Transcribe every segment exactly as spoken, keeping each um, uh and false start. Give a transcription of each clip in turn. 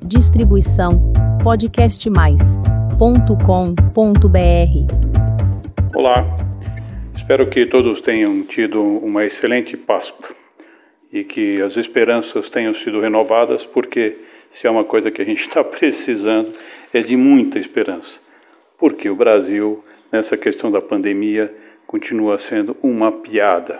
Distribuição podcast mais ponto com ponto b r. Olá, espero que todos tenham tido uma excelente Páscoa e que as esperanças tenham sido renovadas, porque se é uma coisa que a gente está precisando é de muita esperança, porque o Brasil, nessa questão da pandemia, continua sendo uma piada.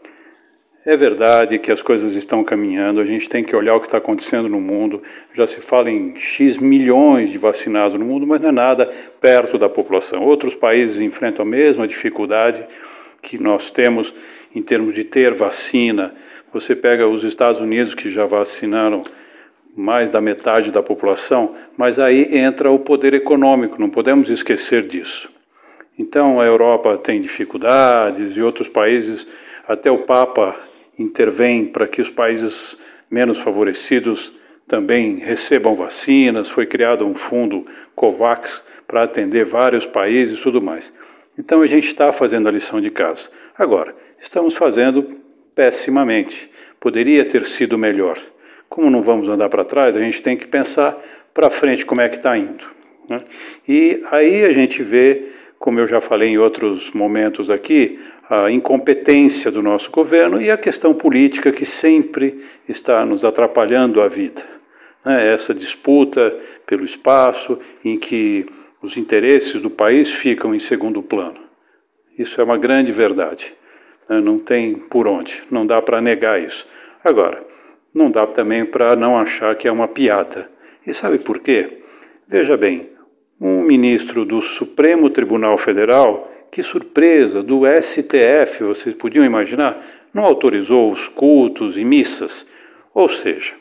É verdade que as coisas estão caminhando, a gente tem que olhar o que está acontecendo no mundo, já se fala em X milhões de vacinados no mundo, mas não é nada perto da população. Outros países enfrentam a mesma dificuldade que nós temos em termos de ter vacina. Você pega os Estados Unidos, que já vacinaram mais da metade da população, mas aí entra o poder econômico, não podemos esquecer disso. Então a Europa tem dificuldades e outros países, até o Papa intervém para que os países menos favorecidos também recebam vacinas, foi criado um fundo COVAX para atender vários países e tudo mais. Então a gente está fazendo a lição de casa. Agora, estamos fazendo pessimamente, poderia ter sido melhor. Como não vamos andar para trás, a gente tem que pensar para frente como é que está indo, né? E aí a gente vê, como eu já falei em outros momentos aqui, a incompetência do nosso governo e a questão política que sempre está nos atrapalhando a vida, né? Essa disputa pelo espaço em que os interesses do país ficam em segundo plano. Isso é uma grande verdade, né? Não tem por onde, não dá para negar isso. Agora, não dá também para não achar que é uma piada. E sabe por quê? Veja bem, um ministro do Supremo Tribunal Federal, que surpresa, do S T F, vocês podiam imaginar, não autorizou os cultos e missas. Ou seja,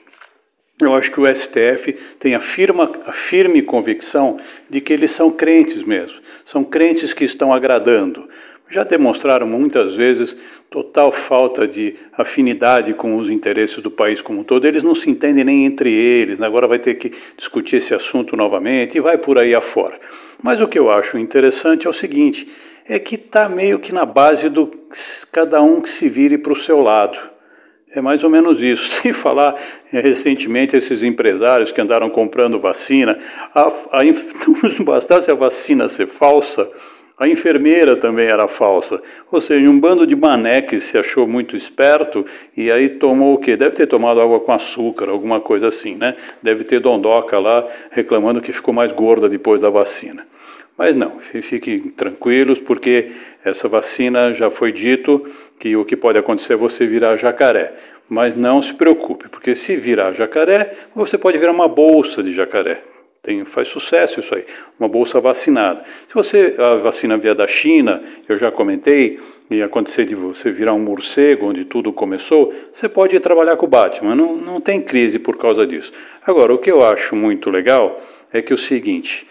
eu acho que o S T F tem a, firma, a firme convicção de que eles são crentes mesmo, são crentes que estão agradando. Já demonstraram muitas vezes total falta de afinidade com os interesses do país como um todo. Eles não se entendem nem entre eles, agora vai ter que discutir esse assunto novamente e vai por aí afora. Mas o que eu acho interessante é o seguinte, é que está meio que na base do cada um que se vire para o seu lado. É mais ou menos isso. Sem falar, recentemente, esses empresários que andaram comprando vacina, a, a, não bastasse a vacina ser falsa, a enfermeira também era falsa. Ou seja, um bando de mané que se achou muito esperto e aí tomou o quê? Deve ter tomado água com açúcar, alguma coisa assim, né? Deve ter dondoca lá reclamando que ficou mais gorda depois da vacina. Mas não, fiquem tranquilos, porque essa vacina já foi dito que o que pode acontecer é você virar jacaré. Mas não se preocupe, porque se virar jacaré, você pode virar uma bolsa de jacaré. Tem, faz sucesso isso aí, uma bolsa vacinada. Se você, a vacina vier da China, eu já comentei, e acontecer de você virar um morcego, onde tudo começou, você pode ir trabalhar com o Batman, não, não tem crise por causa disso. Agora, o que eu acho muito legal é que é o seguinte,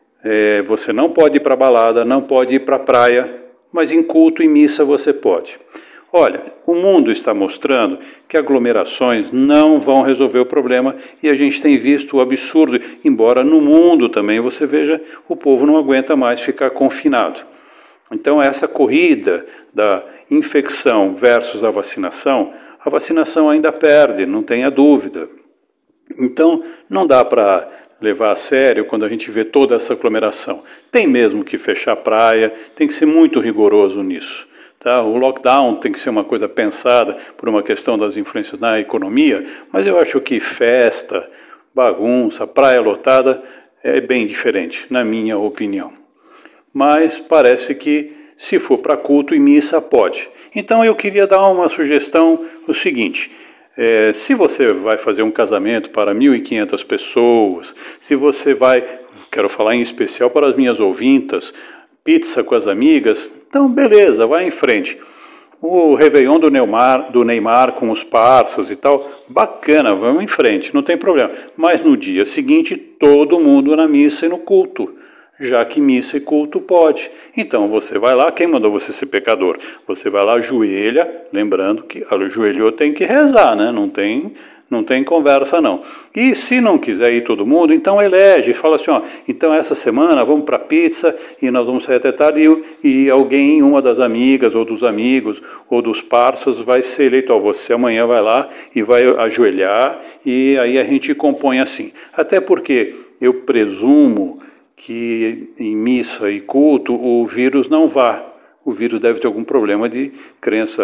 é, você não pode ir para balada, não pode ir para a praia, mas em culto e missa você pode. Olha, o mundo está mostrando que aglomerações não vão resolver o problema e a gente tem visto o absurdo, embora no mundo também você veja, o povo não aguenta mais ficar confinado. Então essa corrida da infecção versus a vacinação, a vacinação ainda perde, não tenha dúvida. Então não dá para levar a sério quando a gente vê toda essa aglomeração. Tem mesmo que fechar a praia, tem que ser muito rigoroso nisso. Tá? O lockdown tem que ser uma coisa pensada por uma questão das influências na economia, mas eu acho que festa, bagunça, praia lotada é bem diferente, na minha opinião. Mas parece que se for para culto e missa, pode. Então eu queria dar uma sugestão, o seguinte, é, se você vai fazer um casamento para mil e quinhentas pessoas, se você vai, quero falar em especial para as minhas ouvintas, pizza com as amigas, então beleza, vai em frente. O Réveillon do Neymar, do Neymar com os parças e tal, bacana, vamos em frente, não tem problema. Mas no dia seguinte, todo mundo na missa e no culto, já que missa e culto pode. Então você vai lá, quem mandou você ser pecador? Você vai lá, ajoelha, lembrando que ajoelhou tem que rezar, né? Não tem Não tem conversa, não. E se não quiser ir todo mundo, então elege, fala assim, ó, então essa semana vamos para pizza e nós vamos sair até tarde e, e alguém, uma das amigas ou dos amigos ou dos parceiros vai ser eleito, ó, você amanhã vai lá e vai ajoelhar e aí a gente compõe assim. Até porque eu presumo que em missa e culto o vírus não vá. O vírus deve ter algum problema de crença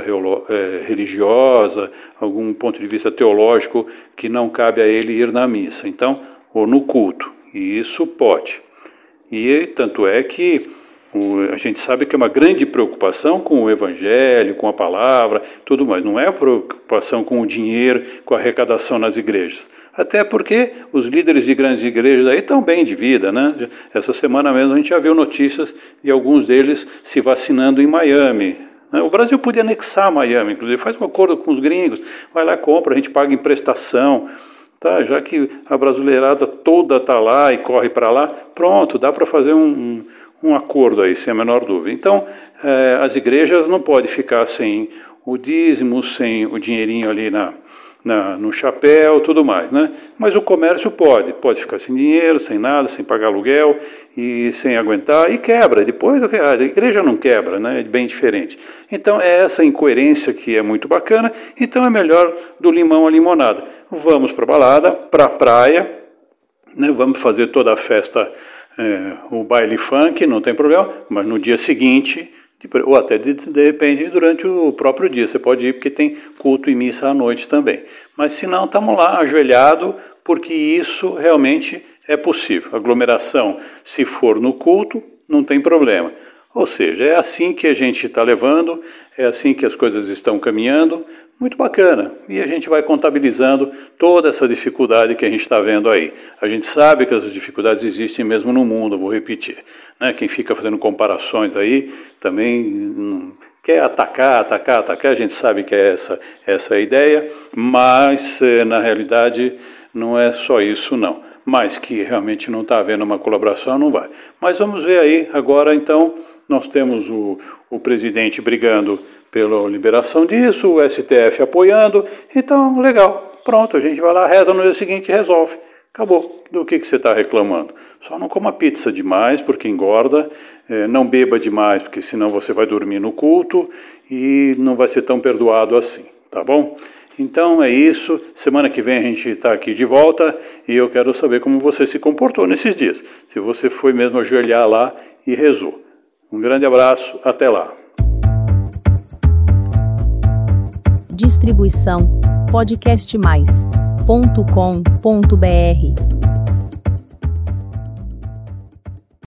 religiosa, algum ponto de vista teológico que não cabe a ele ir na missa, então, ou no culto, e isso pode. E tanto é que o, a gente sabe que é uma grande preocupação com o evangelho, com a palavra, tudo mais, não é preocupação com o dinheiro, com a arrecadação nas igrejas. Até porque os líderes de grandes igrejas aí estão bem de vida, né? Essa semana mesmo a gente já viu notícias de alguns deles se vacinando em Miami. Né? O Brasil podia anexar Miami, inclusive faz um acordo com os gringos, vai lá, compra, a gente paga em prestação, tá? Já que a brasileirada toda está lá e corre para lá, pronto, dá para fazer um, um, um acordo aí, sem a menor dúvida. Então, eh, as igrejas não podem ficar sem o dízimo, sem o dinheirinho ali na... Na, no chapéu, tudo mais, né? Mas o comércio pode, pode ficar sem dinheiro, sem nada, sem pagar aluguel e sem aguentar, e quebra. Depois a igreja não quebra, né? É bem diferente. Então é essa incoerência que é muito bacana, então é melhor do limão à limonada. Vamos para a balada, para a praia, né? Vamos fazer toda a festa, é, o baile funk, não tem problema, mas no dia seguinte... ou até de, de repente durante o próprio dia, você pode ir porque tem culto e missa à noite também. Mas se não, estamos lá ajoelhado, porque isso realmente é possível. Aglomeração, se for no culto, não tem problema. Ou seja, é assim que a gente está levando, é assim que as coisas estão caminhando, muito bacana. E a gente vai contabilizando toda essa dificuldade que a gente está vendo aí. A gente sabe que as dificuldades existem mesmo no mundo, vou repetir. Né? Quem fica fazendo comparações aí também hum, quer atacar, atacar, atacar. A gente sabe que é essa, essa a ideia, mas eh, na realidade não é só isso não. Mas que realmente não está havendo uma colaboração, não vai. Mas vamos ver aí agora então, nós temos o, o presidente brigando pela liberação disso, o S T F apoiando, então, legal, pronto, a gente vai lá, reza no dia seguinte e resolve. Acabou. Do que, que você está reclamando? Só não coma pizza demais, porque engorda, é, não beba demais, porque senão você vai dormir no culto e não vai ser tão perdoado assim, tá bom? Então é isso, semana que vem a gente está aqui de volta e eu quero saber como você se comportou nesses dias, se você foi mesmo ajoelhar lá e rezou. Um grande abraço, até lá. Distribuição podcast mais ponto com ponto br